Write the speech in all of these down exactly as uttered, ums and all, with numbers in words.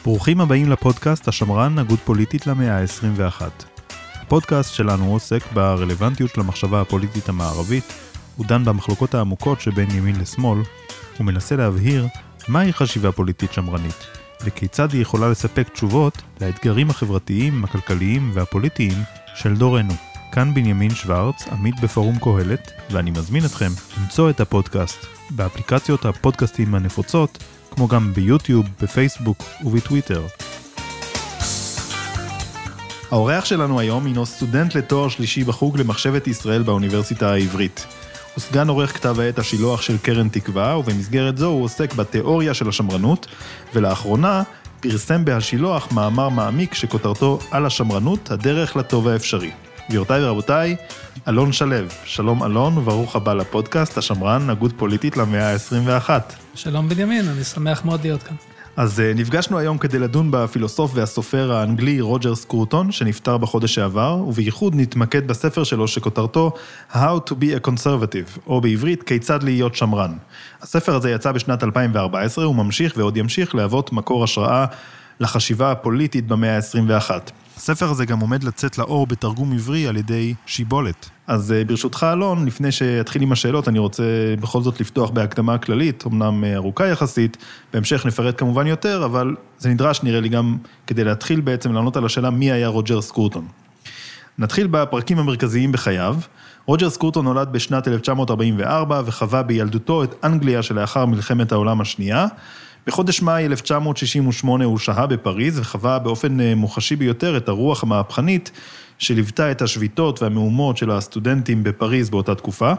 ברוכים הבאים לפודקאסט השמרן, הגות פוליטית למאה ה-עשרים ואחת. הפודקאסט שלנו עוסק ברלוונטיות של המחשבה הפוליטית המערבית, הוא דן במחלוקות העמוקות שבין ימין לשמאל, ומנסה להבהיר מהי חשיבה פוליטית שמרנית, וכיצד היא יכולה לספק תשובות לאתגרים החברתיים, הכלכליים והפוליטיים של דורנו. כאן בנימין שוורץ, עמית בפורום קהלת, ואני מזמין אתכם למצוא את הפודקאסט באפליקציות הפודקאסטים הנפוצות, כמו גם ביוטיוב, בפייסבוק ובטוויטר. האורח שלנו היום הינו סטודנט לתואר שלישי בחוג למחשבת ישראל באוניברסיטה העברית. הוא סגן עורך כתב העת השילוח של קרן תקווה, ובמסגרת זו הוא עוסק בתיאוריה של השמרנות, ולאחרונה פרסם בהשילוח מאמר מעמיק שכותרתו על השמרנות, הדרך לטוב האפשרי. גבירותיי ורבותיי, אלון שלו. שלום אלון, וברוך הבא לפודקאסט השמרן, הגות פוליטית למאה ה-עשרים ואחת. שלום בנימין, אני שמח מאוד להיות כאן. אז נפגשנו היום כדי לדון בפילוסוף והסופר האנגלי רוג'ר סקרוטון, שנפטר בחודש שעבר, ובייחוד נתמקד בספר שלו שכותרתו How to be a conservative, או בעברית כיצד להיות שמרן. הספר הזה יצא בשנת אלפיים וארבע עשרה, הוא ממשיך ועוד ימשיך להוות מקור השראה לחשיבה הפוליטית במאה ה-עשרים ואחת. הספר הזה גם עומד לצאת לאור בתרגום עברי על ידי שיבולת. אז ברשותך אלון, לפני שאתחיל עם השאלות, אני רוצה בכל זאת לפתוח בהקדמה כללית, אמנם ארוכה יחסית, בהמשך נפרט כמובן יותר, אבל זה נדרש נראה לי גם כדי להתחיל בעצם לענות על השאלה מי היה רוג'ר סקרוטון. נתחיל בפרקים המרכזיים בחייו. רוג'ר סקרוטון נולד בשנת אלף תשע מאות ארבעים וארבע וחווה בילדותו את אנגליה שלאחר מלחמת העולם השנייה. בחודש מאי אלף תשע מאות שישים ושמונה הוא שהה בפריז וחווה באופן מוחשי ביותר את הרוח המהפכנית שליוותה את השביתות והמהומות של הסטודנטים בפריז באותה תקופה.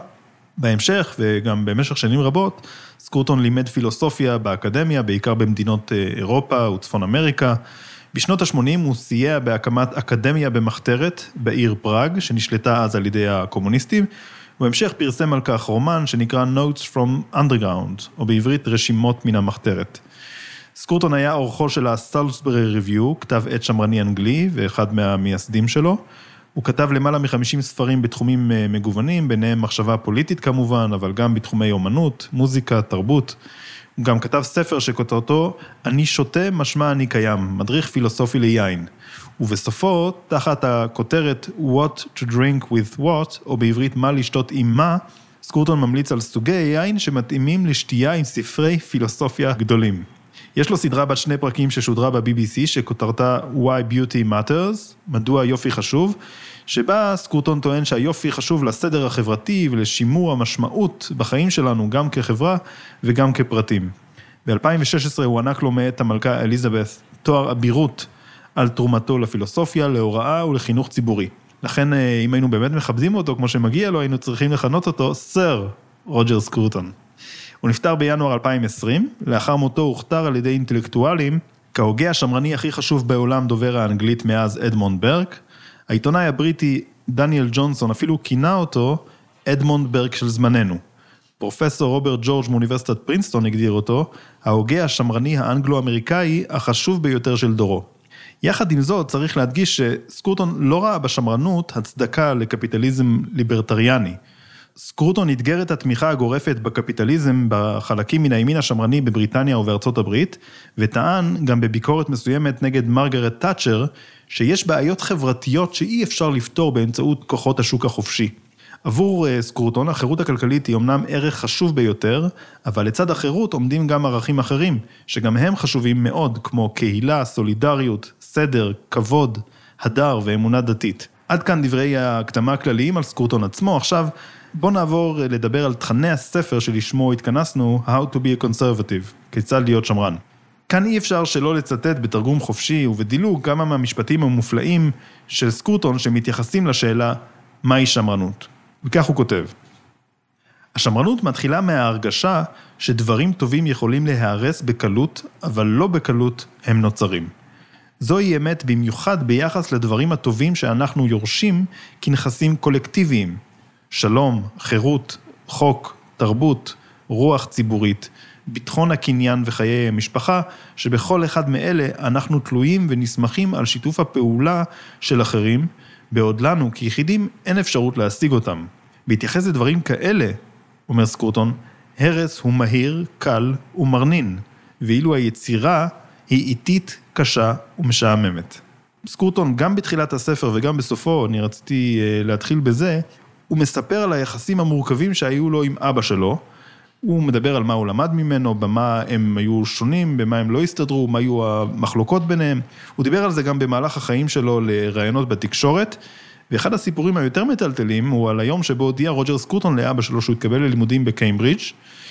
בהמשך וגם במשך שנים רבות, סקרוטון לימד פילוסופיה באקדמיה, בעיקר במדינות אירופה וצפון אמריקה. בשנות ה-שמונים הוא סייע בהקמת אקדמיה במחתרת בעיר פראג, שנשלטה אז על ידי הקומוניסטים, ובהמשך פרסם על כך רומן שנקרא Notes from Underground, או בעברית רשימות מן המחתרת. סקרוטון היה אורחו של ה-Salisbury Review, כתב עת שמרני אנגלי, ואחד מהמייסדים שלו. הוא כתב למעלה מ-חמישים ספרים בתחומים מגוונים, ביניהם מחשבה פוליטית כמובן, אבל גם בתחומי אומנות, מוזיקה, תרבות. הוא גם כתב ספר שכותרתו אני שותה משמע אני קיים, מדריך פילוסופי ליין. ובסופו, תחת הכותרת What to drink with what, או בעברית מה לשתות עם מה, סקרוטון ממליץ על סוגי יין שמתאימים לשתייה עם ספרי פילוסופיה גדולים. יש לו סדרה בת שני פרקים ששודרה ב-בי בי סי, שכותרתה Why Beauty Matters, מדוע יופי חשוב, שבה סקרוטון טוען שהיופי חשוב לסדר החברתי ולשימור המשמעות בחיים שלנו, גם כחברה וגם כפרטים. ב-אלפיים ושש עשרה הוא ענק לו מאת המלכה אליזבת תואר אבירות על תרומתו לפילוסופיה, להוראה ולחינוך ציבורי. לכן, אם היינו באמת מכבדים אותו כמו שמגיע לו, היינו צריכים לכנות אותו סר רוג'ר סקרוטון. הוא נפטר בינואר אלפיים ועשרים, לאחר מותו הוכתר על ידי אינטלקטואלים, כהוגה השמרני הכי חשוב בעולם דובר האנגלית מאז אדמונד ברק. העיתונאי הבריטי דניאל ג'ונסון אפילו כינה אותו אדמונד ברק של זמננו. פרופסור רוברט ג'ורג' מאוניברסיטת פרינסטון הגדיר אותו, ההוגה השמרני האנגלו-אמריקאי החשוב ביותר של דורו. יחד עם זאת צריך להדגיש שסקרוטון לא ראה בשמרנות הצדקה לקפיטליזם ליברטריאני. סקרוטון התגר את התמיכה הגורפת בקפיטליזם בחלקים מן הימין השמרני בבריטניה ובארצות הברית, וטען גם בביקורת מסוימת נגד מרגרט תאצ'ר, שיש בעיות חברתיות שאי אפשר לפתור באמצעות כוחות השוק החופשי. עבור סקרוטון, החירות הכלכלית היא אמנם ערך חשוב ביותר, אבל לצד החירות עומדים גם ערכים אחרים, שגם הם חשובים מאוד, כמו קהילה, סולידריות, סדר, כבוד, הדר ואמונה דתית. עד כאן דברי הקדמה הכלליים על סקרוטון עצמו. עכשיו בוא נעבור לדבר על תכני הספר שלשמו התכנסנו, How to be a conservative, כיצד להיות שמרן. כאן אי אפשר שלא לצטט בתרגום חופשי ובדילוג כמה מהמשפטים המופלאים של סקרוטון שמתייחסים לשאלה מהי שמרנות. וכך הוא כותב: השמרנות מתחילה מההרגשה שדברים טובים יכולים להיהרס בקלות, אבל לא בקלות הם נוצרים. זוהי אמת במיוחד ביחס לדברים הטובים שאנחנו יורשים כנכסים קולקטיביים. שלום, חירות, חוק, תרבות, רוח ציבורית, ביטחון הקניין וחיי המשפחה, שבכל אחד מאלה אנחנו תלויים ונסמכים על שיתוף הפעולה של אחרים, בעוד לנו כיחידים אין אפשרות להשיג אותם. בהתייחס לדברים כאלה, אומר סקרוטון, הרס הוא מהיר, קל ומרנין, ואילו היצירה היא איטית, קשה ומשעממת. סקורטון, גם בתחילת הספר וגם בסופו, אני רציתי להתחיל בזה, הוא מספר על היחסים המורכבים שהיו לו עם אבא שלו, הוא מדבר על מה הוא למד ממנו, במה הם היו שונים, במה הם לא הסתדרו, מה היו המחלוקות ביניהם. הוא דיבר על זה גם במהלך החיים שלו לרעיונות בתקשורת, ואחד הסיפורים היותר מטלטלים הוא על היום שבו הודיע רוג'ר סקורטון לאבא שלו שהוא התקבל ללימודים בקיימברידג',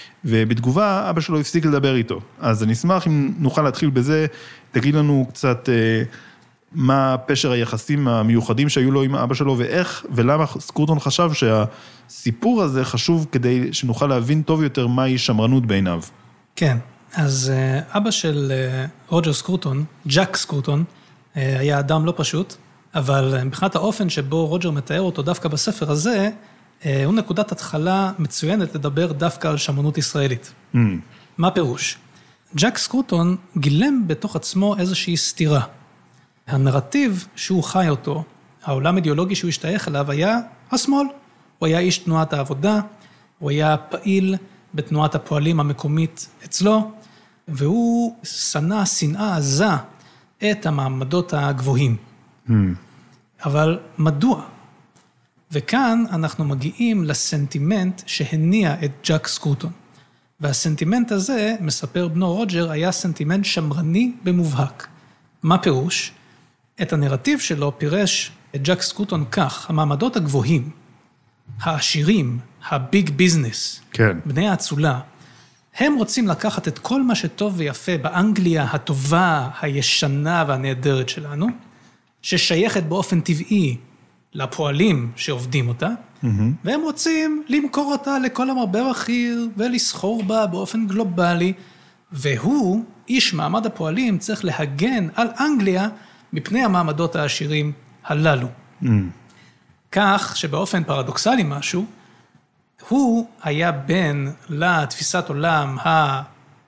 ובתגובה אבא שלו הפסיק לדבר איתו. אז אני אשמח אם נוכל להתחיל בזה, תגיד לנו קצת אה, מה פשר היחסים המיוחדים שהיו לו עם אבא שלו, ואיך ולמה סקורטון חשב שהסיפור הזה חשוב כדי שנוכל להבין טוב יותר מהי שמרנות בעיניו. כן, אז אבא של רוג'ר סקורטון, ג'ק סקורטון, היה אדם לא פשוט, אבל מבחינת האופן שבו רוג'ר מתאר אותו דווקא בספר הזה, הוא נקודת התחלה מצוינת לדבר דווקא על שמרנות ישראלית. Mm. מה פירוש? ג'ק סקורטון גילם בתוך עצמו איזושהי סתירה. הנרטיב שהוא חי אותו, העולם האידיאולוגי שהוא השתייך אליו, היה השמאל. הוא היה איש תנועת העבודה, הוא היה פעיל בתנועת הפועלים המקומית אצלו, והוא שנא, שנאה עזה את המעמדות הגבוהים. Mm. אבל מדוע? וכאן אנחנו מגיעים לסנטימנט שהניע את ג'ק סקורטון. והסנטימנט הזה, מספר בנו רוג'ר, היה סנטימנט שמרני במובהק. מה פירוש? את הנרטיב שלו פירש את ג'ק סקורטון כך, המעמדות הגבוהים, העשירים, הביג ביזנס, כן. בני האצולה, הם רוצים לקחת את כל מה שטוב ויפה באנגליה הטובה, הישנה והנהדרת שלנו, ששייכת באופן טבעי לפועלים שעובדים אותה, mm-hmm. והם רוצים למכור אותה לכל המרבה בכיר ולסחור בה באופן גלובלי, והוא, איש מעמד הפועלים, צריך להגן על אנגליה מפני המעמדות העשירים הללו. Mm. כך שבאופן פרדוקסלי משהו, הוא היה בן לתפיסת עולם ה...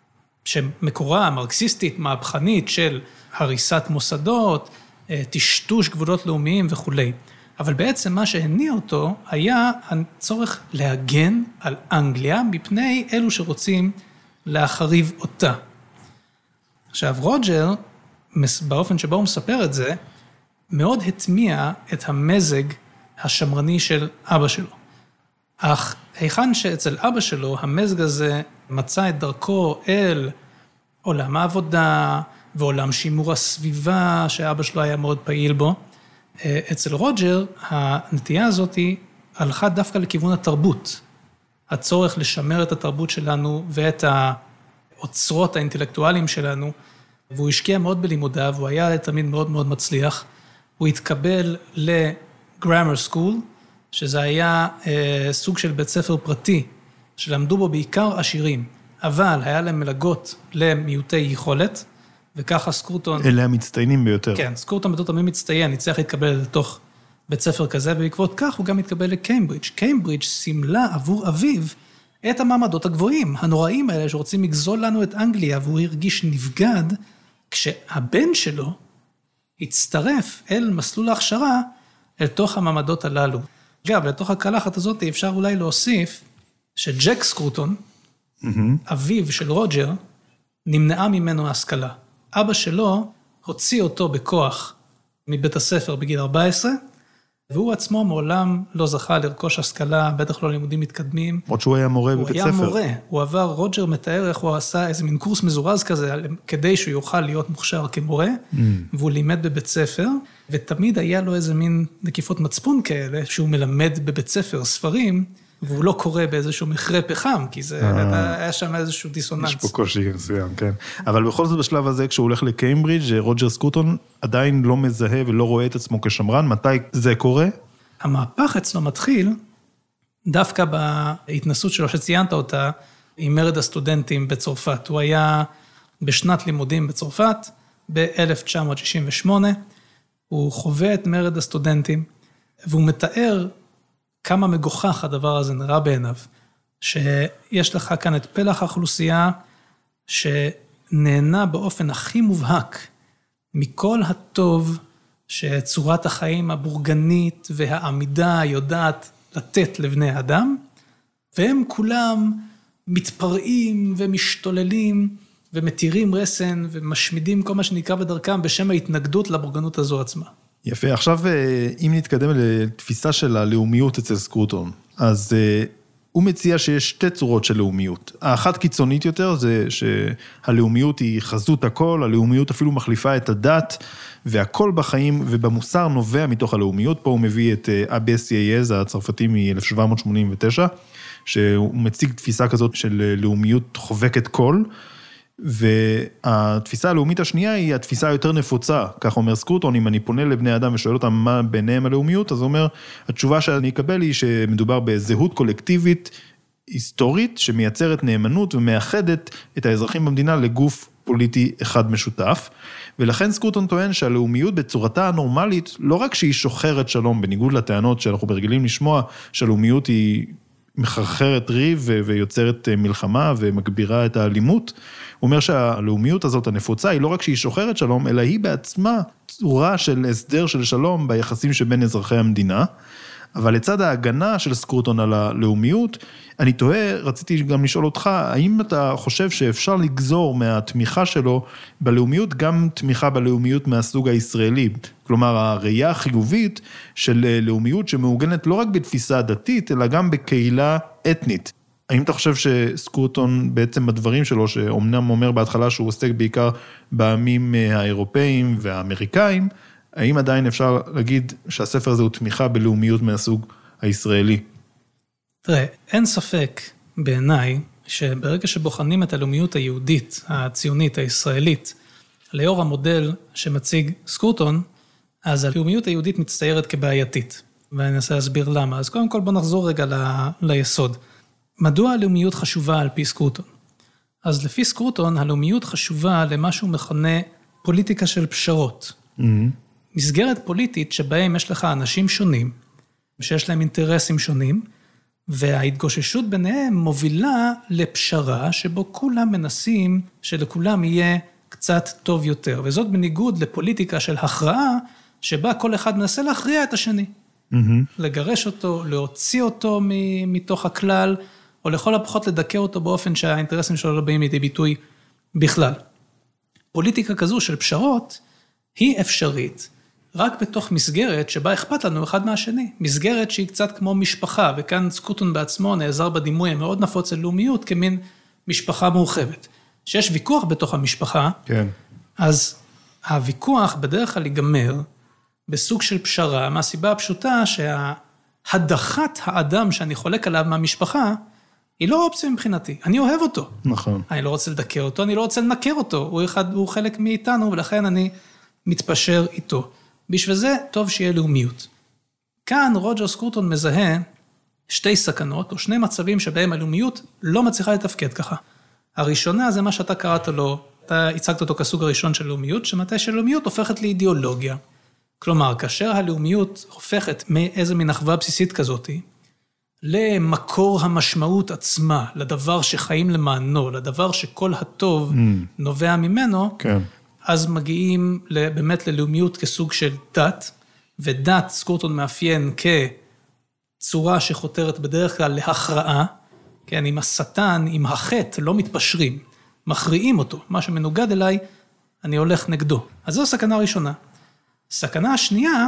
שמקורה מרקסיסטית, מהפכנית של הריסת מוסדות, טשטוש גבולות לאומיים וכו'. אבל בעצם מה שהניע אותו היה הצורך להגן על אנגליה מפני אלו שרוצים להחריב אותה. עכשיו רוג'ר, באופן שבו הוא מספר את זה, מאוד התמיע את המזג השמרני של אבא שלו. אך היכן שאצל אבא שלו המזג הזה מצא את דרכו אל עולם העבודה ועולם שימור הסביבה שאבא שלו היה מאוד פעיל בו, אצל רוג'ר הנטייה הזאת הלכה דווקא לכיוון התרבות. הצורך לשמר את התרבות שלנו ואת האוצרות האינטלקטואליים שלנו, והוא השקיע מאוד בלימודיו, הוא היה תמיד מאוד מאוד מצליח. הוא התקבל לגרמר סקול, שזה היה אה, סוג של בית ספר פרטי, שלמדו בו בעיקר עשירים, אבל היה להם מלגות למיעוטי יכולת, וככה סקורטון... אלה המצטיינים ביותר. כן, סקורטון בתור תמיד מצטיין, הצליח להתקבל לתוך בית ספר כזה, ובעקבות כך הוא גם התקבל לקיימברידג'. קיימברידג' סימלה עבור אביו את המעמדות הגבוהים, הנוראים האלה שרוצים לגזול לנו את אנגליה, והוא הרגיש נבגד, כשהבן שלו הצטרף אל מסלול ההכשרה, אל תוך המעמדות הללו. אגב, לתוך הקלחת הזאת אפשר אולי להוסיף, שג'ק סקורטון, mm-hmm. אביו של רוג'ר, נמנעה ממנו ההשכלה. אבא שלו הוציא אותו בכוח מבית הספר בגיל ארבע עשרה, והוא עצמו מעולם לא זכה לרכוש השכלה, בטח לא לימודים מתקדמים. עוד שהוא היה מורה בבית ספר. הוא היה מורה, הוא עבר, רוג'ר מתאר איך הוא עשה איזה מין קורס מזורז כזה, כדי שהוא יוכל להיות מוכשר כמורה, mm. והוא לימד בבית ספר, ותמיד היה לו איזה מין נקיפות מצפון כאלה, שהוא מלמד בבית ספר ספרים, והוא לא קורא באיזשהו מכרה פחם, כי זה היה שם איזשהו דיסוננס. יש פה קושי מסוים, כן. אבל בכל זאת בשלב הזה, כשהוא הולך לקיימברידג', רוג'ר סקורטון עדיין לא מזהה ולא רואה את עצמו כשמרן. מתי זה קורה? המהפך אצלו מתחיל דווקא בהתנסות שלו, שציינת אותה, עם מרד הסטודנטים בצרפת. הוא היה בשנת לימודים בצרפת, ב-אלף תשע מאות שישים ושמונה, הוא חווה את מרד הסטודנטים, והוא מתאר כמה מגוחך הדבר הזה נראה בעיניו, שיש לך כאן את פלח האוכלוסייה, שנהנה באופן הכי מובהק, מכל הטוב שצורת החיים הבורגנית והעמידה יודעת לתת לבני האדם, והם כולם מתפרעים ומשתוללים ומתירים רסן ומשמידים כל מה שנקרא בדרכם בשם ההתנגדות לבורגנות הזו עצמה. יפה, עכשיו אם נתקדם לתפיסה של הלאומיות אצל סקרוטון, אז הוא מציע שיש שתי צורות של לאומיות. האחת קיצונית יותר זה שהלאומיות היא חזות הכל, הלאומיות אפילו מחליפה את הדת, והכל בחיים ובמוסר נובע מתוך הלאומיות. פה הוא מביא את אבי סיאז, הצרפתי מ-אלף שבע מאות שמונים ותשע, שהוא מציג תפיסה כזאת של לאומיות חובקת כל, והתפיסה הלאומית השנייה היא התפיסה היותר נפוצה, כך אומר סקרוטון, אם אני פונה לבני אדם ושואל אותם מה ביניהם הלאומיות, אז הוא אומר, התשובה שאני אקבל היא שמדובר בזהות קולקטיבית היסטורית, שמייצרת נאמנות ומאחדת את האזרחים במדינה לגוף פוליטי אחד משותף, ולכן סקרוטון טוען שהלאומיות בצורתה הנורמלית, לא רק שהיא שוחרת שלום, בניגוד לטענות שאנחנו ברגילים לשמוע, שהלאומיות היא מחרחרת ריב ויוצרת מלחמה ומגבירה את האלימות, הוא אומר שהלאומיות הזאת הנפוצה היא לא רק שהיא שוחרת שלום, אלא היא בעצמה צורה של הסדר של שלום ביחסים שבין אזרחי המדינה, אבל לצד ההגנה של סקרוטון על הלאומיות, אני תוהה, רציתי גם לשאול אותך, האם אתה חושב שאפשר לגזור מהתמיכה שלו בלאומיות, גם תמיכה בלאומיות מהסוג הישראלי, כלומר הראייה החיובית של לאומיות שמעוגנת לא רק בתפיסה דתית, אלא גם בקהילה אתנית. האם אתה חושב שסקרוטון בעצם בדברים שלו, שאומנם אומר בהתחלה שהוא עוסק בעיקר בעמים האירופאים והאמריקאים, האם עדיין אפשר להגיד שהספר הזה הוא תמיכה בלאומיות מהסוג הישראלי? תראה, אין ספק בעיניי שברגע שבוחנים את הלאומיות היהודית, הציונית, הישראלית, לאור המודל שמציג סקרוטון, אז הלאומיות היהודית מצטיירת כבעייתית, ואני אנסה להסביר למה. אז קודם כל בוא נחזור רגע ל- ליסוד. מדוע הלאומיות חשובה על פי סקרוטון? אז לפי סקרוטון, הלאומיות חשובה למה שהוא מכנה פוליטיקה של פשרות. Mm-hmm. מסגרת פוליטית שבהם יש לך אנשים שונים, שיש להם אינטרסים שונים, וההתגוששות ביניהם מובילה לפשרה שבו כולם מנסים שלכולם יהיה קצת טוב יותר, וזאת בניגוד לפוליטיקה של הכרעה, שבה כל אחד מנסה להכריע את השני. Mm-hmm. לגרש אותו, להוציא אותו מתוך הכלל, או לכל הפחות לדכא אותו באופן שהאינטרסים שלו לא באים לידי ביטוי בכלל. פוליטיקה כזו של פשרות היא אפשרית, רק בתוך מסגרת שבה אכפת לנו אחד מהשני. מסגרת שהיא קצת כמו משפחה, וכאן סקרוטון בעצמו נעזר בדימוי המאוד נפוץ ללאומיות, כמין משפחה מורחבת. שיש ויכוח בתוך המשפחה, כן. אז הוויכוח בדרך כלל ייגמר בסוג של פשרה, מהסיבה הפשוטה שההדחת האדם שאני חולק עליו מהמשפחה, היא לא אופציה מבחינתי, אני אוהב אותו. נכון. אני לא רוצה לדכא אותו, אני לא רוצה לנקר אותו, הוא, אחד, הוא חלק מאיתנו, ולכן אני מתפשר איתו. בשביל זה טוב שיהיה לאומיות. כאן רוג'ר סקרוטון מזהה שתי סכנות, או שני מצבים שבהם הלאומיות לא מצליחה לתפקד ככה. הראשונה זה מה שאתה קראת לו, אתה הצגת אותו כסוג הראשון של לאומיות, שמתי שלאומיות הופכת לאידיאולוגיה. כלומר, כאשר הלאומיות הופכת מאיזה מין אחווה בסיסית כזאת, למקור המשמעות עצמה, לדבר שחיים למענו, לדבר שכל הטוב mm. נובע ממנו, כן. אז מגיעים באמת ללאומיות כסוג של דת, ודת סקרוטון מאפיין כצורה שחותרת בדרך כלל להכרעה, כן, עם השטן, עם החטא, לא מתפשרים, מכריעים אותו, מה שמנוגד אליי, אני הולך נגדו. אז זו סכנה ראשונה. סכנה השנייה,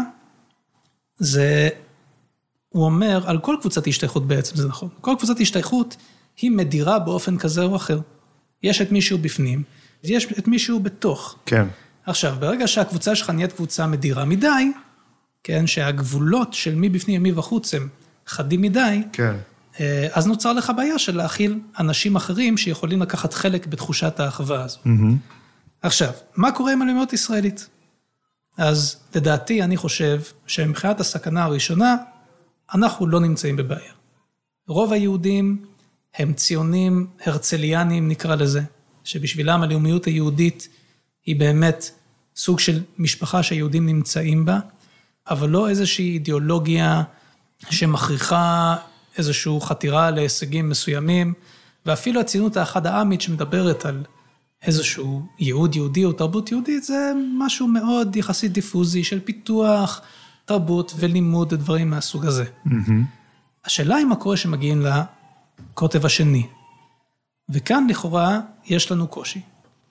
זה, הוא אומר, על כל קבוצת השתייכות בעצם, זה נכון. כל קבוצת השתייכות היא מדירה באופן כזה או אחר. יש את מישהו בפנים, ויש את מישהו בתוך. כן. עכשיו, ברגע שהקבוצה שלך נהיית קבוצה מדירה מדי, כן, שהגבולות של מי בפנים ומי בחוץ הם חדים מדי, כן. אז נוצר לך בעיה של להכיל אנשים אחרים שיכולים לקחת חלק בתחושת האחווה הזו. Mm-hmm. עכשיו, מה קורה עם הלאומיות ישראלית? אז לדעתי אני חושב שמבחינת הסכנה הראשונה, אנחנו לא נמצאים בבעיה. רוב היהודים הם ציונים הרצליאנים נקרא לזה, שבשבילם הלאומיות היהודית היא באמת סוג של משפחה שהיהודים נמצאים בה, אבל לא איזושהי אידיאולוגיה שמכריחה איזושהי חתירה להישגים מסוימים, ואפילו הציונות האחד העמית שמדברת על איזשהו ייעוד יהודי או תרבות יהודית, זה משהו מאוד יחסית דיפוזי של פיתוח, תרבות ולימוד ודברים מהסוג הזה. Mm-hmm. השאלה היא מה קורה שמגיעים לקוטב השני. וכאן לכאורה יש לנו קושי.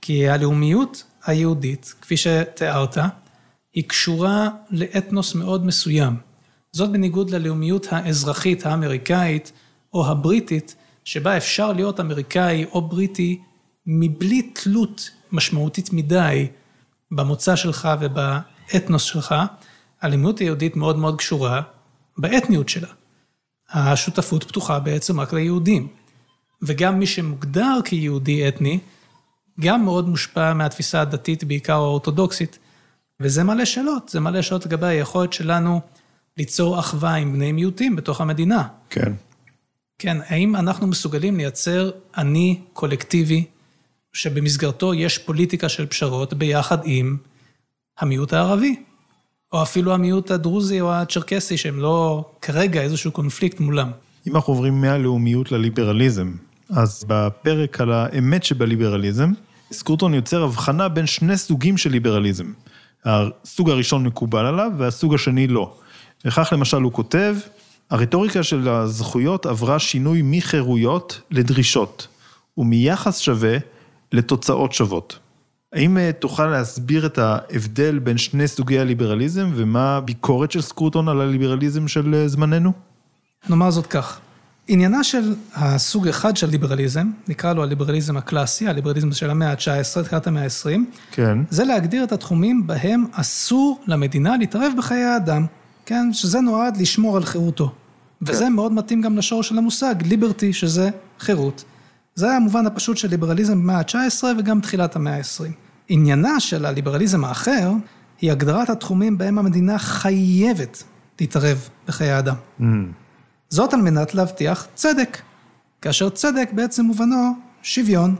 כי הלאומיות היהודית, כפי שתיארת, היא קשורה לאתנוס מאוד מסוים. זאת בניגוד ללאומיות האזרחית האמריקאית או הבריטית, שבה אפשר להיות אמריקאי או בריטי מבלי תלות משמעותית מדי במוצא שלך ובאתנוס שלך. הלאומיות היהודית מאוד מאוד קשורה באתניות שלה. השותפות פתוחה בעצם רק ליהודים. וגם מי שמוגדר כיהודי אתני, גם מאוד מושפע מהתפיסה הדתית, בעיקר האורתודוקסית. וזה מלא שאלות, זה מלא שאלות לגבי היכולת שלנו ליצור אחווה עם בני מיעוטים בתוך המדינה. כן. כן, האם אנחנו מסוגלים לייצר אני קולקטיבי, שבמסגרתו יש פוליטיקה של פשרות ביחד עם המיעוט הערבי, או אפילו המיעוט הדרוזי או הצ'רקסי, שהם לא כרגע איזשהו קונפליקט מולם. אם אנחנו עוברים מהלאומיות לליברליזם, אז בפרק על האמת שבליברליזם, סקרוטון יוצר הבחנה בין שני סוגים של ליברליזם. הסוג הראשון מקובל עליו, והסוג השני לא. וכך למשל הוא כותב, הרטוריקה של הזכויות עברה שינוי מחירויות לדרישות, ומיחס שווה לתוצאות שוות. האם תוכל להסביר את ההבדל בין שני סוגי הליברליזם, ומה הביקורת של סקרוטון על הליברליזם של זמננו? נאמר זאת כך, עניינה של הסוג אחד של ליברליזם, נקרא לו הליברליזם הקלאסי, הליברליזם של המאה ה-תשע עשרה, תחילת המאה ה-עשרים, כן. זה להגדיר את התחומים בהם אסור למדינה להתערב בחיי האדם, כן? שזה נועד לשמור על חירותו. כן. וזה מאוד מתאים גם לשור של המושג, ליברטי, שזה חירות. זה המובן הפשוט של ליברליזם במאה ה-תשע עשרה וגם תחילת המאה ה-עשרים. עניינה של הליברליזם האחר, היא הגדרת התחומים בהם המדינה חייבת להתערב בחיי האדם. Mm. זאת על מנת להבטיח צדק, כאשר צדק בעצם מובנו שוויון.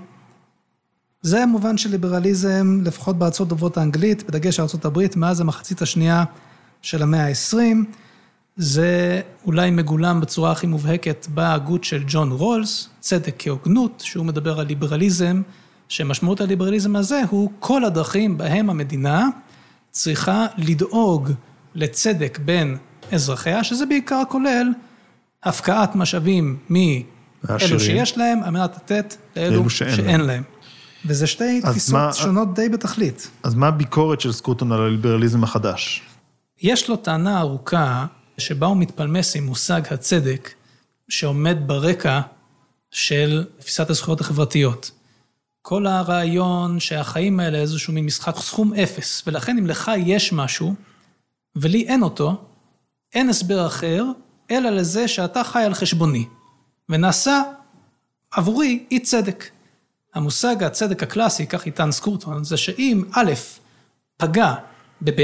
זה המובן של ליברליזם, לפחות בארצות דוברות האנגלית, בדגש ארצות הברית, מאז המחצית השנייה של המאה ה-עשרים, זה אולי מגולם בצורה הכי מובהקת בהגות של ג'ון רולס, צדק כהוגנות, שהוא מדבר על ליברליזם, שמשמעות הליברליזם הזה הוא כל הדרכים בהם המדינה צריכה לדאוג לצדק בין אזרחיה, שזה בעיקר כולל הפקעת משאבים מאלו שיש להם, על מנת לתת לאלו שאין להם. וזה שתי תפיסות מה, שונות די בתכלית. אז מה הביקורת של סקרוטון על הליברליזם החדש? יש לו טענה ארוכה, שבה הוא מתפלמס עם מושג הצדק, שעומד ברקע של תפיסת הזכויות החברתיות. כל הרעיון שהחיים האלה איזשהו מין משחק סכום אפס, ולכן אם לך יש משהו, ולי אין אותו, אין הסבר אחר, אלא לזה שאתה חי על חשבוני, ונעשה עבורי אי צדק. המושג הצדק הקלאסי, כך איתן סקרוטון, זה שאם א' פגע בב',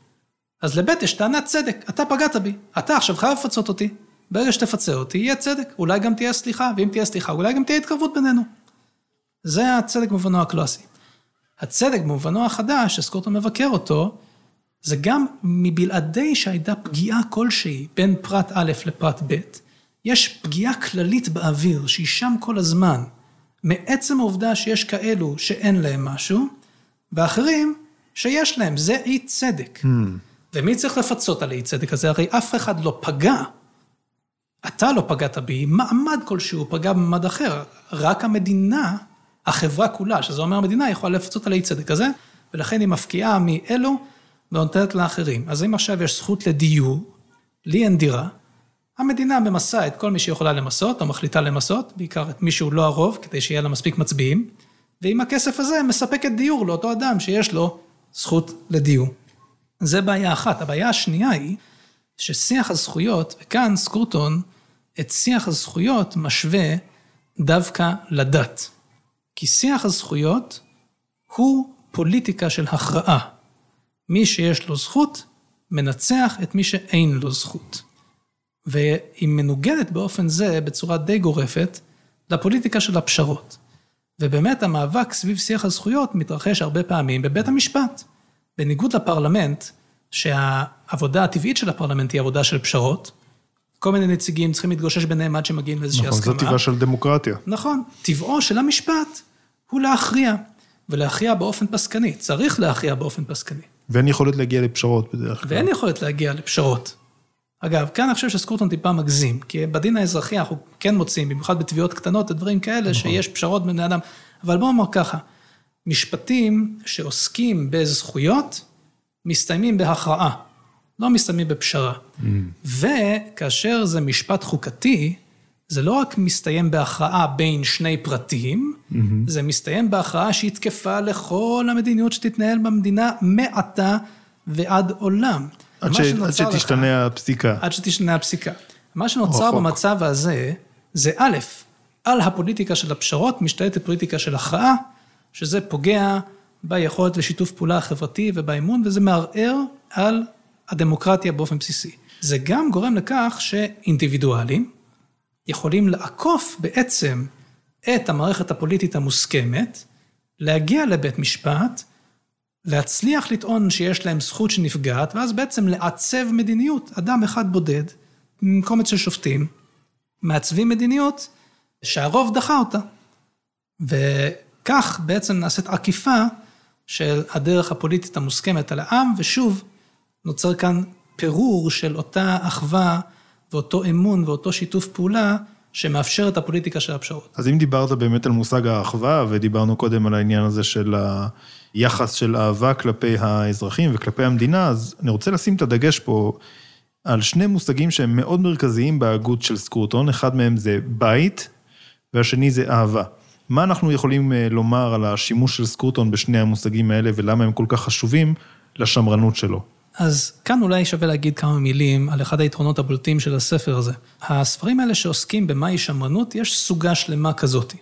אז לב' יש טענת צדק, אתה פגעת בי, אתה עכשיו חייב לפצות אותי, ברגע שתפצה אותי יהיה צדק, אולי גם תהיה סליחה, ואם תהיה סליחה, אולי גם תהיה התקרבות בינינו. זה הצדק במובנו הקלאסי. הצדק במובנו החדש, שסקרוטון מבקר אותו, זה גם מבלעדי שהייתה פגיעה כלשהי בין פרט א' לפרט ב', יש פגיעה כללית באוויר, שהיא שם כל הזמן, מעצם העובדה שיש כאלו שאין להם משהו, ואחרים שיש להם, זה אי צדק. Hmm. ומי צריך לפצות על אי צדק הזה? הרי אף אחד לא פגע. אתה לא פגעת בי, מעמד כלשהו פגע במעמד אחר, רק המדינה, החברה כולה, שזה אומר המדינה, יכולה לפצות על אי צדק הזה, ולכן היא מפקיעה מאלו, ונותנת לאחרים. אז אם עכשיו יש זכות לדיור, לי אין דירה, המדינה ממסה את כל מי שיכולה למסות, או מחליטה למסות, בעיקר את מי שהוא לא הרוב, כדי שיהיה לה מספיק מצביעים, ועם הכסף הזה מספקת דיור לאותו אדם שיש לו זכות לדיור. זה בעיה אחת. הבעיה השנייה היא, ששיח הזכויות, וכאן סקרוטון, את שיח הזכויות משווה דווקא לדת. כי שיח הזכויות הוא פוליטיקה של הכרעה. מי שיש לו זכות, מנצח את מי שאין לו זכות. והיא מנוגדת באופן זה, בצורה די גורפת, לפוליטיקה של הפשרות. ובאמת המאבק סביב שיח הזכויות מתרחש הרבה פעמים בבית המשפט. בניגוד לפרלמנט, שהעבודה הטבעית של הפרלמנט היא עבודה של פשרות, כל מיני נציגים צריכים להתגושש ביניהם עד שמגיעים לאיזושהי הסכמה. נכון, זו טבעה של דמוקרטיה. נכון, טבעו של המשפט הוא להכריע, ולהכריע באופן פסקני, צריך להכריע באופן פסקני. ואין יכולת להגיע לפשרות בדרך כלל. ואין יכולת להגיע לפשרות. אגב, כאן אני חושב שסקרוטון טיפה מגזים, כי בדין האזרחי אנחנו כן מוצאים, במיוחד בתביעות קטנות, דברים כאלה, שיש פשרות בני אדם, אבל בואו נאמר ככה, משפטים שעוסקים בזכויות, מסתיימים בהכרעה, לא מסתיימים בפשרה. Mm. וכאשר זה משפט חוקתי, זה לא רק מסתיים בהכרעה בין שני פרטים, mm-hmm. זה מסתיים בהכרעה שהיא תקפה לכל המדיניות שתתנהל במדינה מעתה ועד עולם. עד, ש... עד שתשתנה לך, הפסיקה. עד שתשתנה הפסיקה. מה שנוצר במצב הזה, זה א', על הפוליטיקה של הפשרות, משתלטת פוליטיקה של הכרעה, שזה פוגע ביכולת לשיתוף פעולה חברתי ובאמון, וזה מערער על הדמוקרטיה באופן בסיסי. זה גם גורם לכך שאינדיבידואלים יכולים לעקוף בעצם את המערכת הפוליטית המוסכמת, להגיע לבית משפט, להצליח לטעון שיש להם זכות שנפגעת, ואז בעצם לעצב מדיניות, אדם אחד בודד, קומץ של שופטים, מעצבים מדיניות שהרוב דחה אותה. וכך בעצם נעשית עקיפה של הדרך הפוליטית המוסכמת על העם, ושוב נוצר כאן פירור של אותה אחווה, ואותו אמון ואותו שיתוף פעולה, שמאפשר את הפוליטיקה של הפשרות. אז אם דיברת באמת על מושג האחווה, ודיברנו קודם על העניין הזה של היחס של אהבה כלפי האזרחים וכלפי המדינה, אז אני רוצה לשים את הדגש פה על שני מושגים שהם מאוד מרכזיים בהגות של סקרוטון, אחד מהם זה בית, והשני זה אהבה. מה אנחנו יכולים לומר על השימוש של סקרוטון בשני המושגים האלה, ולמה הם כל כך חשובים לשמרנות שלו? אז כאן אולי שווה להגיד כמה מילים על אחד היתרונות הבולטים של הספר הזה. הספרים האלה שעוסקים במהי שמרנות, יש סוגה שלמה כזאת.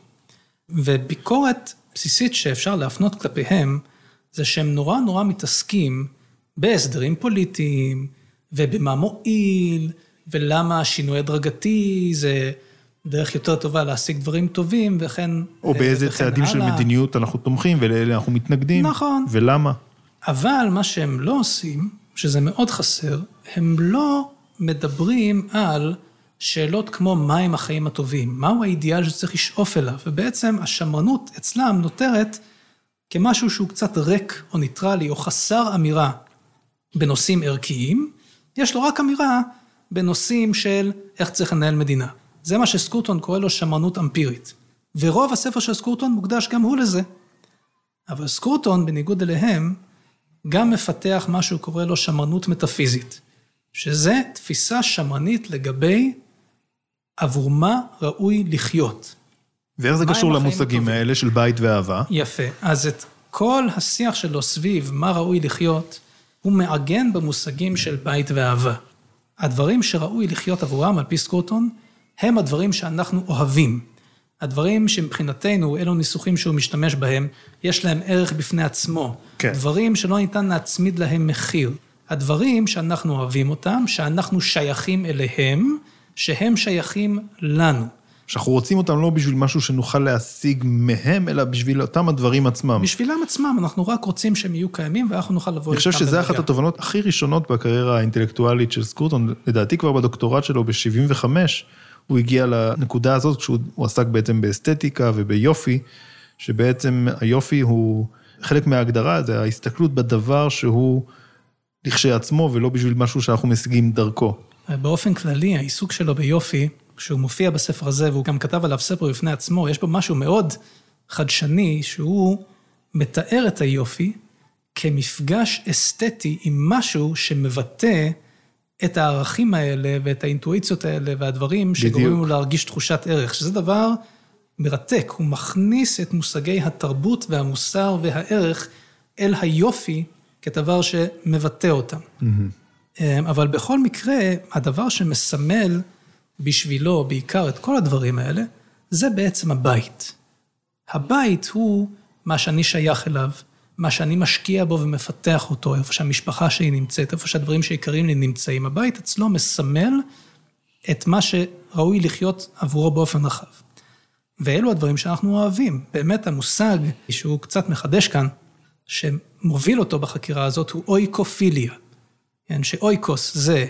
וביקורת בסיסית שאפשר להפנות כלפיהם, זה שהם נורא נורא מתעסקים בהסדרים פוליטיים, ובמה מועיל, ולמה השינוי הדרגתי, זה דרך יותר טובה להשיג דברים טובים, וכן... או באיזה צעדים של מדיניות אנחנו תומכים, ולאלה אנחנו מתנגדים. נכון. ולמה? אבל מה שהם לא עושים, שזה מאוד חסר, הם לא מדברים על שאלות כמו מהם החיים הטובים, מהו האידיאל שצריך לשאוף אליו, ובעצם השמרנות אצלם נותרת כמשהו שהוא קצת ריק או ניטרלי או חסר אמירה בנושאים ערכיים, יש לו רק אמירה בנושאים של איך צריך לנהל מדינה. זה מה שסקרוטון קורא לו שמרנות אמפירית, ורוב הספר של סקרוטון מוקדש גם הוא לזה. אבל סקרוטון, בניגוד אליהם, גם מפתח מה שהוא קורא לו שמרנות מטאפיזית, שזה תפיסה שמרנית לגבי עבור מה ראוי לחיות. ואיך זה קשור למושגים האלה של בית ואהבה? יפה. אז את כל השיח שלו סביב מה ראוי לחיות, הוא מעגן במושגים של בית ואהבה. הדברים שראוי לחיות עבורם על פי סקרוטון, הם הדברים שאנחנו אוהבים. הדברים שמבחינתנו, אלו ניסוחים שהוא משתמש בהם, יש להם ערך בפני עצמו. כן. דברים שלא ניתן להצמיד להם מחיר. הדברים שאנחנו אוהבים אותם, שאנחנו שייכים אליהם, שהם שייכים לנו. שאנחנו רוצים אותם לא בשביל משהו שנוכל להשיג מהם, אלא בשביל אותם הדברים עצמם. בשבילם עצמם, אנחנו רק רוצים שהם יהיו קיימים, ואנחנו נוכל לבוא... אני חושב שזה אחת התובנות הכי ראשונות בקריירה האינטלקטואלית של סקרוטון, לדעתי כבר בדוקטורט שלו ב-שבעים וחמש, הוא הגיע לנקודה הזאת, כשהוא עסק בעצם באסתטיקה וביופי, שבעצם היופי הוא חלק מההגדרה, זה ההסתכלות בדבר שהוא לכשעצמו, ולא בשביל משהו שאנחנו משיגים דרכו. באופן כללי, העיסוק שלו ביופי, כשהוא מופיע בספר הזה, והוא גם כתב עליו ספר בפני עצמו, יש בו משהו מאוד חדשני, שהוא מתאר את היופי כמפגש אסתטי עם משהו שמבטא את הערכים האלה ואת האינטואיציות האלה והדברים שגורמים לנו להרגיש תחושת ערך, שזה דבר מרתק, הוא מכניס את מושגי התרבות והמוסר והערך אל היופי כדבר שמבטא אותם. Mm-hmm. אבל בכל מקרה, הדבר שמסמל בשבילו בעיקר את כל הדברים האלה, זה בעצם הבית. הבית הוא מה שאני שייך אליו, מה שאני משקיע בו ומפתח אותו, איפה שהמשפחה שלי נמצאת, איפה שהדברים שיקרים לי נמצאים. הבית אצלו מסמל את מה שראוי לחיות עבורו באופן רחב. ואלו הדברים שאנחנו אוהבים. באמת המושג שהוא קצת מחדש כאן, שמוביל אותו בחקירה הזאת, הוא אויקופיליה. כן, שאויקוס זה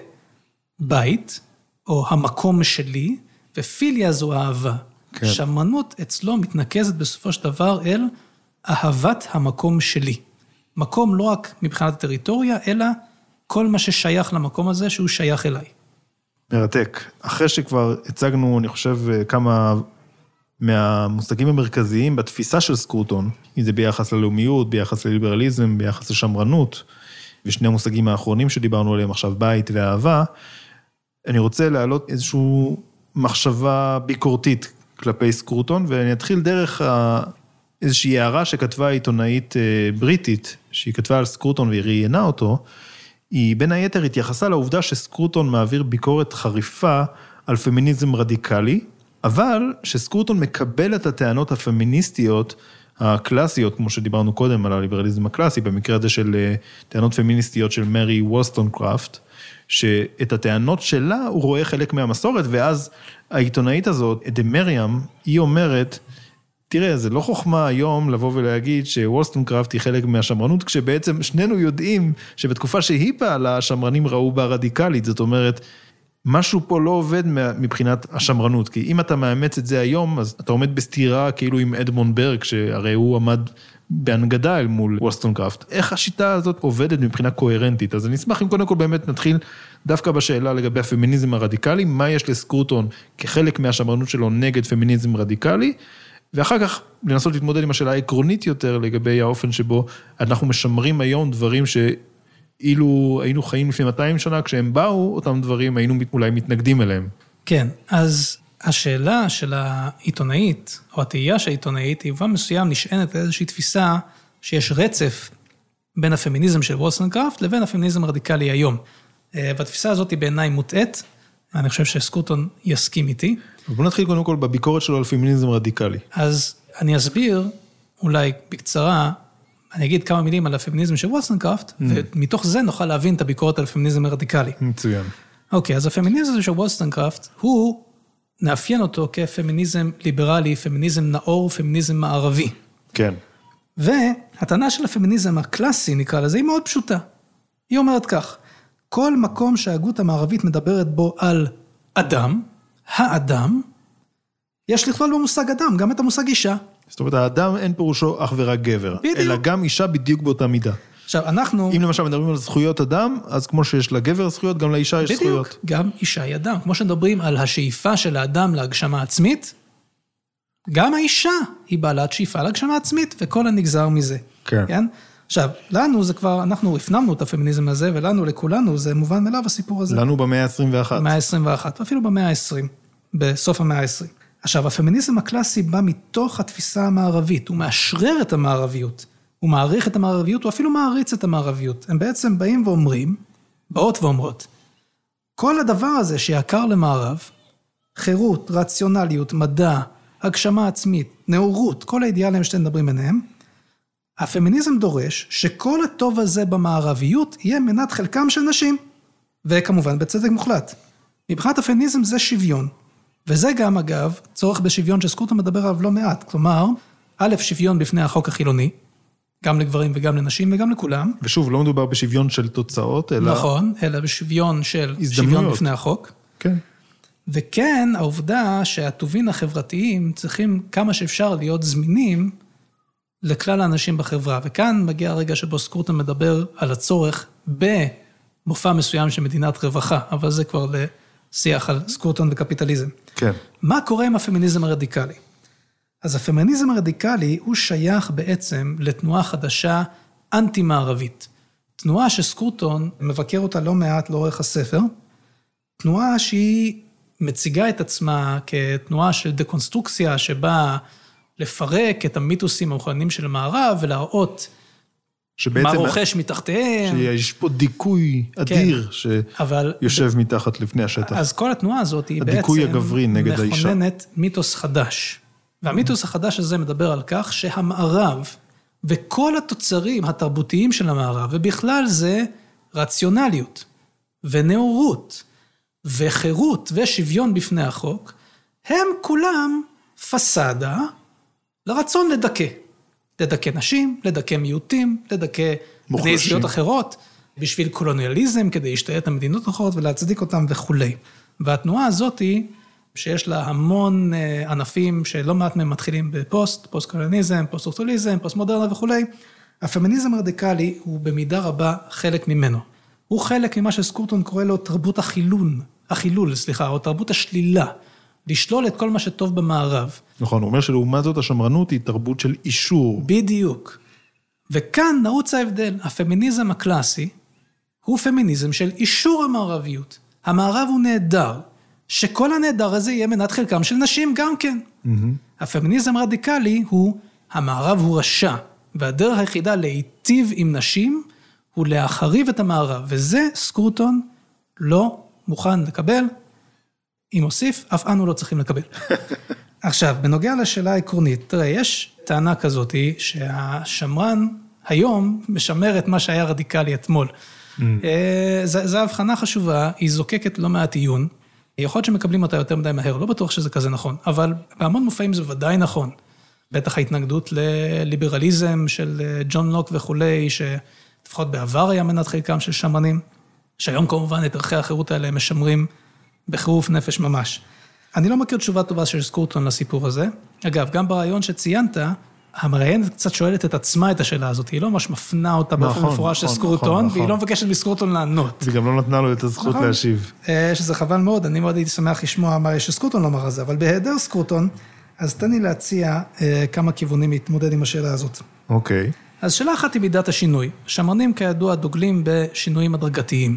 בית, או המקום שלי, ופיליה זו אהבה. כן. שמרנות אצלו מתנקזת בסופו של דבר אל אהבת המקום שלי. מקום לא רק מבחינת הטריטוריה, אלא כל מה ששייך למקום הזה שהוא שייך אליי. מרתק. אחרי שכבר הצגנו, אני חושב, כמה מהמושגים המרכזיים בתפיסה של סקרוטון, אם זה ביחס ללאומיות, ביחס לליברליזם, ביחס לשמרנות, ושני המושגים האחרונים שדיברנו עליהם עכשיו, בית ואהבה, אני רוצה להעלות איזושהי מחשבה ביקורתית כלפי סקרוטון, ואני אתחיל דרך איזושהי הערה שכתבה עיתונאית בריטית, שהיא כתבה על סקרוטון והיא ראיינה אותו, היא בין היתר התייחסה לעובדה שסקרוטון מעביר ביקורת חריפה על פמיניזם רדיקלי, אבל שסקרוטון מקבל את הטענות הפמיניסטיות הקלאסיות, כמו שדיברנו קודם על הליברליזם הקלאסי, במקרה הזה של טענות פמיניסטיות של מרי וולסטונקראפט, שאת הטענות שלה הוא רואה חלק מהמסורת, ואז העיתונאית הזאת, אדה מריאם, היא אומרת, תראה, זה לא חוכמה היום לבוא ולהגיד שוולסטונקראפט היא חלק מהשמרנות, כשבעצם שנינו יודעים שבתקופה שהיא פעלה, השמרנים ראו בה רדיקלית, זאת אומרת, משהו פה לא עובד מבחינת השמרנות, כי אם אתה מאמץ את זה היום, אז אתה עומד בסתירה כאילו עם אדמונד ברג, שהרי הוא עמד בהנגדה אל מול וולסטונקראפט. איך השיטה הזאת עובדת מבחינה קוהרנטית? אז אני אשמח אם קודם כל באמת נתחיל דווקא בשאלה לגבי הפמיניזם הרדיקלי, מה יש לסקרוטון כחלק מהשמרנות שלו נגד פמיניזם רדיקלי, ואחר כך לנסות להתמודד עם השאלה העקרונית יותר לגבי האופן שבו אנחנו משמרים היום דברים שאילו היינו חיים לפני מאתיים שנה, כשהם באו, אותם דברים היינו אולי מתנגדים אליהם. כן, אז השאלה של העיתונאית, או התהייה של העיתונאית, היא במובן מסוים נשענת לאיזושהי תפיסה שיש רצף בין הפמיניזם של וולסטונקראפט לבין הפמיניזם הרדיקלי היום. והתפיסה הזאת היא בעיניי מוטעת, אני חושב שסקרוטון יסכים איתי. בוא נתחיל קודם כל בביקורת שלו על פמיניזם רדיקלי. אז אני אסביר, אולי בקצרה, אני אגיד כמה מילים על הפמיניזם של וולסטונקראפט, mm. ומתוך זה נוכל להבין את הביקורת על פמיניזם הרדיקלי. מצוין. אוקיי, אז הפמיניזם של וולסטונקראפט, הוא נאפיין אותו כפמיניזם ליברלי, פמיניזם נאור, פמיניזם מערבי. כן. והטענה של הפמיניזם הקלאסי, נקרא לזה, היא מאוד פשוטה. היא אומרת כך, כל מקום שההגות המערבית מדברת בו על אדם, האדם, יש לכלול במושג אדם, גם את המושג אישה. זאת אומרת, האדם אין פירושו אך ורק גבר, בדיוק. אלא גם אישה בדיוק באותה מידה. עכשיו, אנחנו... אם למשל מדברים על זכויות אדם, אז כמו שיש לגבר זכויות, גם לאישה יש בדיוק, זכויות. בדיוק, גם אישה היא אדם. כמו שמדברים על השאיפה של האדם להגשמה עצמית, גם האישה היא בעלת שאיפה להגשמה עצמית, וכל הנגזר מזה. כן. כן? עכשיו, לנו זה כבר, אנחנו הפנמנו את הפמיניזם הזה, ולנו, לכולנו, זה מובן מאליו הסיפור הזה. לנו במאה ה-עשרים ואחת. במאה ה-עשרים ואחת, ואפילו במאה ה-עשרים, בסוף המאה ה-עשרים. עכשיו, הפמיניזם הקלאסי בא מתוך התפיסה המערבית, הוא מאשרר את המערביות, הוא מעריך את המערביות, הוא אפילו מעריץ את המערביות. הם בעצם באים ואומרים, באות ואומרות, כל הדבר הזה שיקר למערב, חירות, רציונליות, מדע, הגשמה עצמית, נאורות, כל האידיאלים שאתם מדברים ביניהם, הפמיניזם דורש שכל הטוב הזה במערביות יהיה מנת חלקם של נשים, וכמובן בצדק מוחלט. מבחינת הפמיניזם זה שוויון, וזה גם אגב צורך בשוויון שסקרוטון מדבר עליו לא מעט, כלומר, א', שוויון בפני החוק החילוני, גם לגברים וגם לנשים וגם לכולם. ושוב, לא מדובר בשוויון של תוצאות, אלא... נכון, אלא בשוויון של הזדמנויות. שוויון בפני החוק. כן. וכן, העובדה שהטובין החברתיים צריכים כמה שאפשר להיות זמינים לכלל האנשים בחברה. וכאן מגיע הרגע שבו סקרוטון מדבר על הצורך במופע מסוים של מדינת רווחה, אבל זה כבר לשיח על סקרוטון וקפיטליזם. כן. מה קורה עם הפמיניזם הרדיקלי? אז הפמיניזם הרדיקלי הוא שייך בעצם לתנועה חדשה אנטי-מערבית. תנועה שסקרוטון מבקר אותה לא מעט לאורך הספר, תנועה שהיא מציגה את עצמה כתנועה של דקונסטרוקציה שבאה לפרק את המיתוסים המכוננים של המערב ולהראות מה רוכש מתחתיהם. שיש פה דיכוי אדיר שיושב מתחת לפני השטח. אז כל התנועה הזאת היא בעצם הדיכוי הגברי נגד האישה. מכוננת מיתוס חדש. והמיתוס החדש הזה מדבר על כך שהמערב וכל התוצרים התרבותיים של המערב, ובכלל זה רציונליות ונאורות וחירות ושוויון בפני החוק, הם כולם פסדה לרצון לדכא. לדכא נשים, לדכא מיעוטים, לדכא בני זהויות אחרות, בשביל קולוניאליזם, כדי להשתלט על מדינות אחרות ולהצדיק אותם וכו'. והתנועה הזאת היא, שיש לה המון ענפים שלא מעט מהם מתחילים בפוסט, פוסט קולוניאליזם, פוסט סוציאליזם, פוסט מודרנה וכו'. הפמיניזם הרדיקלי הוא במידה רבה חלק ממנו. הוא חלק ממה שסקרוטון קורא לו תרבות החילון, החילול, סליחה, או תרבות השלילה. לשלול את כל מה שטוב במערב. נכון, הוא אומר שלעומת זאת השמרנות היא תרבות של אישור. בדיוק. וכאן נעוץ ההבדל. הפמיניזם הקלאסי הוא פמיניזם של אישור המערביות. המערב הוא נהדר, שכל הנהדר הזה יהיה מנת חלקם של נשים גם כן. Mm-hmm. הפמיניזם הרדיקלי הוא, המערב הוא רשע, והדרך היחידה להיטיב עם נשים הוא להחריב את המערב, וזה סקרוטון לא מוכן לקבל. אם הוסיף, אף אנו לא צריכים לקבל. עכשיו, בנוגע לשאלה העקרונית, תראה, יש טענה כזאת שהשמרן היום משמר את מה שהיה רדיקלי אתמול. Mm. זו הבחנה חשובה, היא זוקקת לא מעט עיון, יכול להיות שמקבלים אותה יותר מדי מהר, לא בטוח שזה כזה נכון, אבל בהמון מופעים זה ודאי נכון. בטח ההתנגדות לליברליזם של ג'ון לוק וכולי, שלפחות בעבר היה מנת חלקם של שמרנים, שהיום כמובן את ערכי החירות האלה הם משמרים בחירוף נפש ממש. אני לא מכיר תשובה טובה של סקרוטון לסיפור הזה. אגב, גם ברעיון שציינת, המראיינת קצת שואלת את עצמה את השאלה הזאת, היא לא ממש מפנה אותה באופן מפורש של סקרוטון, והיא לא מבקשת מסקרוטון לענות. וגם לא נתנה לו את הזכות להשיב. שזה חבל מאוד, אני מאוד הייתי שמח לשמוע מה יש שסקרוטון לומר על זה, אבל בהיעדר סקרוטון, אז תן לי להציע כמה כיוונים להתמודד עם השאלה הזאת. אוקיי. אז שאלה אחת היא מידת השינוי. שמרנים כידוע דוגלים בשינויים הדרגתיים,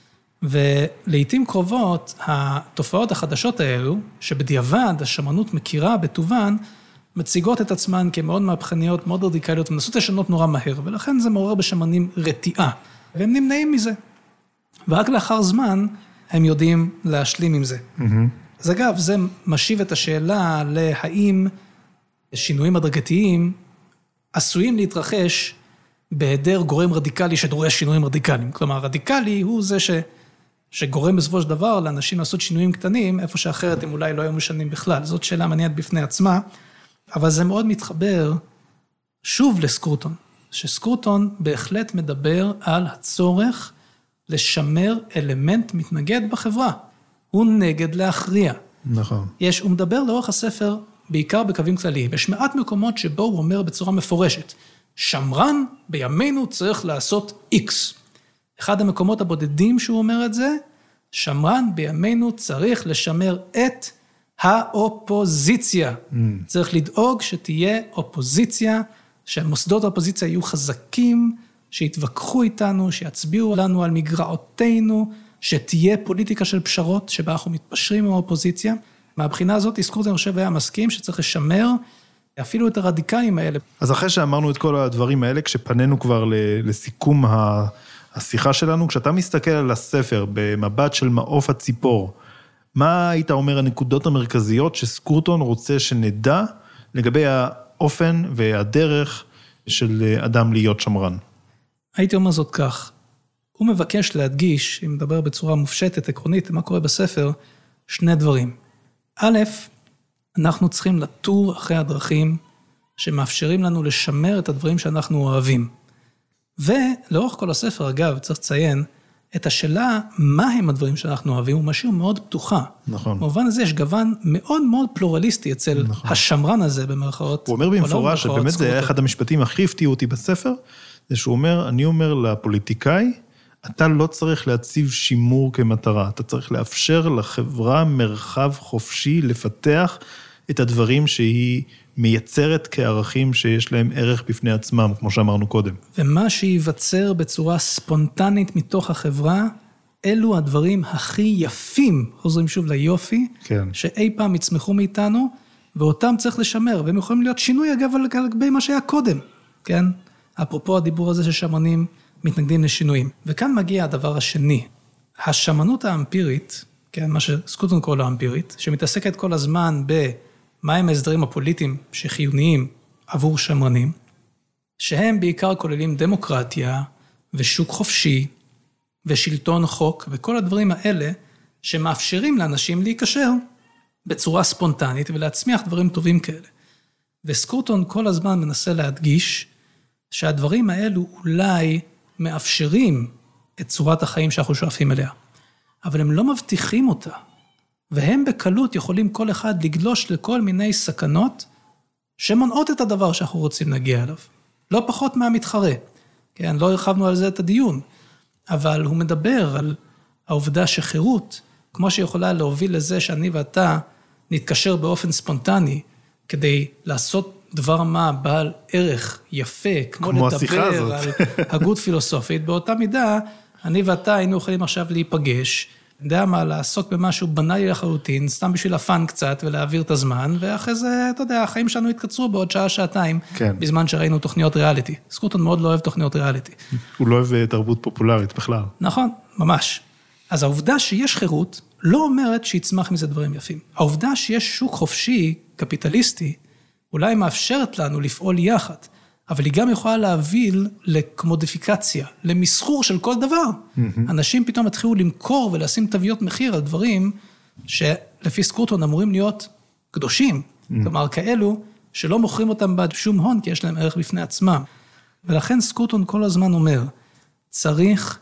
ולעיתים קרובות, התופעות החדשות האלו, שבדיעבד השמרנות מכירה בטובן, מציגות את עצמן כמאוד מהפכניות, מאוד רדיקליות, ומנסות לשנות נורא מהר, ולכן זה מעורר בשמרנים רתיעה, והם נמנעים מזה. ורק לאחר זמן, הם יודעים להשלים עם זה. Mm-hmm. אז אגב, זה משיב את השאלה להאם שינויים הדרגתיים עשויים להתרחש בהיעדר גורם רדיקלי שדורש שינויים רדיקליים. כלומר, הרדיקלי הוא זה ש... שגורם בסופו של דבר לאנשים לעשות שינויים קטנים, איפה שאחרת הם אולי לא היו משנים בכלל. זאת שאלה מעניינת בפני עצמה, אבל זה מאוד מתחבר שוב לסקרוטון, שסקרוטון בהחלט מדבר על הצורך לשמר אלמנט מתנגד בחברה. הוא נגד להכריע. נכון. יש, הוא מדבר לאורך הספר בעיקר בקווים כלליים. יש מעט מקומות שבו הוא אומר בצורה מפורשת, שמרן בימינו צריך לעשות איקס. אחד המקומות הבודדים שהוא אומר את זה, שמרן בימינו צריך לשמר את האופוזיציה. Mm. צריך לדאוג שתהיה אופוזיציה, שמוסדות האופוזיציה יהיו חזקים, שיתווכחו איתנו, שיצביעו לנו על מגרעותינו, שתהיה פוליטיקה של פשרות, שבה אנחנו מתפשרים עם האופוזיציה. מהבחינה הזאת, סקרוטון אני חושב היה מסכים שצריך לשמר אפילו את הרדיקלים האלה. אז אחרי שאמרנו את כל הדברים האלה, כשפנינו כבר לסיכום השיחה שלנו, כשאתה מסתכל על הספר במבט של מעוף הציפור, מה היית אומר הנקודות המרכזיות שסקרוטון רוצה שנדע לגבי האופן והדרך של אדם להיות שמרן? הייתי אומר זאת כך, הוא מבקש להדגיש, אם מדבר בצורה מופשטת, עקרונית, מה קורה בספר, שני דברים. א', אנחנו צריכים לטור אחרי הדרכים שמאפשרים לנו לשמר את הדברים שאנחנו אוהבים. ולאורך כל הספר, אגב, צריך לציין, את השאלה, מה הם הדברים שאנחנו אוהבים, הוא משאיר מאוד פתוחה. נכון. במובן הזה יש גוון מאוד מאוד פלורליסטי אצל נכון. השמרן הזה, במרכאות. הוא אומר במפורש, שבאמת זה היה אחד המשפטים הכי הפתיעו אותי בספר, זה שהוא אומר, אני אומר לפוליטיקאי, אתה לא צריך להציב שימור כמטרה, אתה צריך לאפשר לחברה מרחב חופשי לפתח את הדברים שהיא מייצרת כערכים שיש להם ערך בפני עצמם, כמו שאמרנו קודם. ומה שייווצר בצורה ספונטנית מתוך החברה, אלו הדברים הכי יפים, חוזרים שוב ליופי, כן. שאי פעם יצמחו מאיתנו, ואותם צריך לשמר, והם יכולים להיות שינוי אגב על גבי מה שהיה קודם, כן? אפרופו הדיבור הזה ששמרנים מתנגדים לשינויים. וכאן מגיע הדבר השני, השמרנות האמפירית, כן, מה שסקרוטון קורא לו אמפירית, שמתעסקת כל הזמן במה הם ההסדרים הפוליטיים שחיוניים עבור שמרנים, שהם בעיקר כוללים דמוקרטיה ושוק חופשי ושלטון חוק, וכל הדברים האלה שמאפשרים לאנשים להיקשר בצורה ספונטנית ולהצמיח דברים טובים כאלה. וסקרוטון כל הזמן מנסה להדגיש שהדברים האלו אולי מאפשרים את צורת החיים שאנחנו שואפים אליה, אבל הם לא מבטיחים אותה, והם בקלות יכולים כל אחד לגלוש לכל מיני סכנות שמונעות את הדבר שאנחנו רוצים להגיע אליו. לא פחות מהמתחרה, כן, לא הרחבנו על זה את הדיון, אבל הוא מדבר על העובדה שחירות, כמו שיכולה להוביל לזה שאני ואתה נתקשר באופן ספונטני, כדי לעשות דבר מה בעל ערך יפה, כמו, כמו לדבר על הגות פילוסופית, באותה מידה, אני ואתה היינו יכולים עכשיו להיפגש, יודע מה, לעסוק במשהו בנאלי לחלוטין, סתם בשביל הפן קצת ולהעביר את הזמן, ואחרי זה, אתה יודע, החיים שלנו התקצרו בעוד שעה, שעתיים, כן. בזמן שראינו תוכניות ריאליטי. סקרוטון מאוד לא אוהב תוכניות ריאליטי. הוא לא אוהב תרבות פופולרית בכלל. נכון, ממש. אז העובדה שיש חירות, לא אומרת שיצמח מזה דברים יפים. העובדה שיש שוק חופשי, קפיטליסטי, אולי מאפשרת לנו לפעול יחד, אבל היא גם יכולה להוביל לקומודיפיקציה, למסחור של כל דבר. Mm-hmm. אנשים פתאום התחילו למכור ולשים תוויות מחיר על דברים שלפי סקרוטון אמורים להיות קדושים. Mm-hmm. כלומר, כאלו שלא מוכרים אותם בעד שום הון, כי יש להם ערך בפני עצמם. ולכן סקרוטון כל הזמן אומר, צריך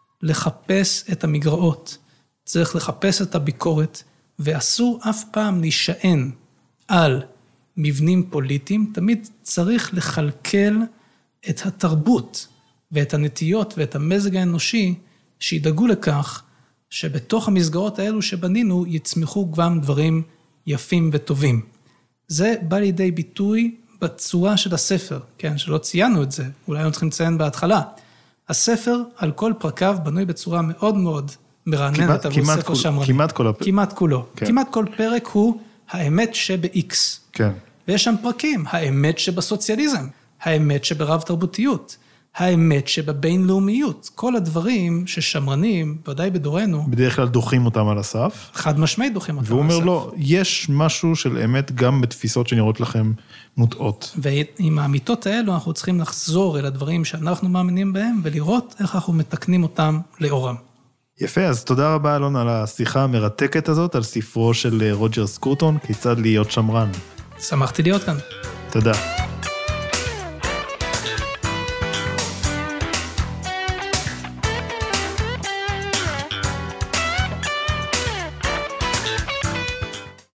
לחפש את המגרעות, צריך לחפש את הביקורת, ואסור אף פעם להישען על מבנים פוליטיים, תמיד צריך לכלכל את התרבות ואת הנטיות ואת המזג האנושי, שידאגו לכך שבתוך המסגרות האלו שבנינו יצמחו גם דברים יפים וטובים. זה בא לידי ביטוי בצורה של הספר, כן, שלא ציינו את זה, אולי אנחנו צריכים לציין בהתחלה. הספר על כל פרקיו בנוי בצורה מאוד מאוד מרעננת, עבור ספר שמרני. כמעט כל הפרק. כמעט כולו. כן. כמעט כל פרק הוא האמת שב-X. כן. ויש שם פרקים, האמת שבסוציאליזם, האמת שברב תרבותיות, האמת שבבינלאומיות, כל הדברים ששמרנים, ודאי בדורנו, בדרך כלל דוחים אותם על הסף. חד משמעית דוחים אותם והוא על הסף. אומר לו, יש משהו של אמת גם בתפיסות שנראות לכם מוטעות. ועם האמיתות האלו אנחנו צריכים לחזור אל הדברים שאנחנו מאמינים בהם, ולראות איך אנחנו מתקנים אותם לאורם. יפה, אז תודה רבה אלון על השיחה המרתקת הזאת, על ספרו של רוג'ר סקרוטון, כיצד להיות שמרן. שמחתי להיות כאן. תודה.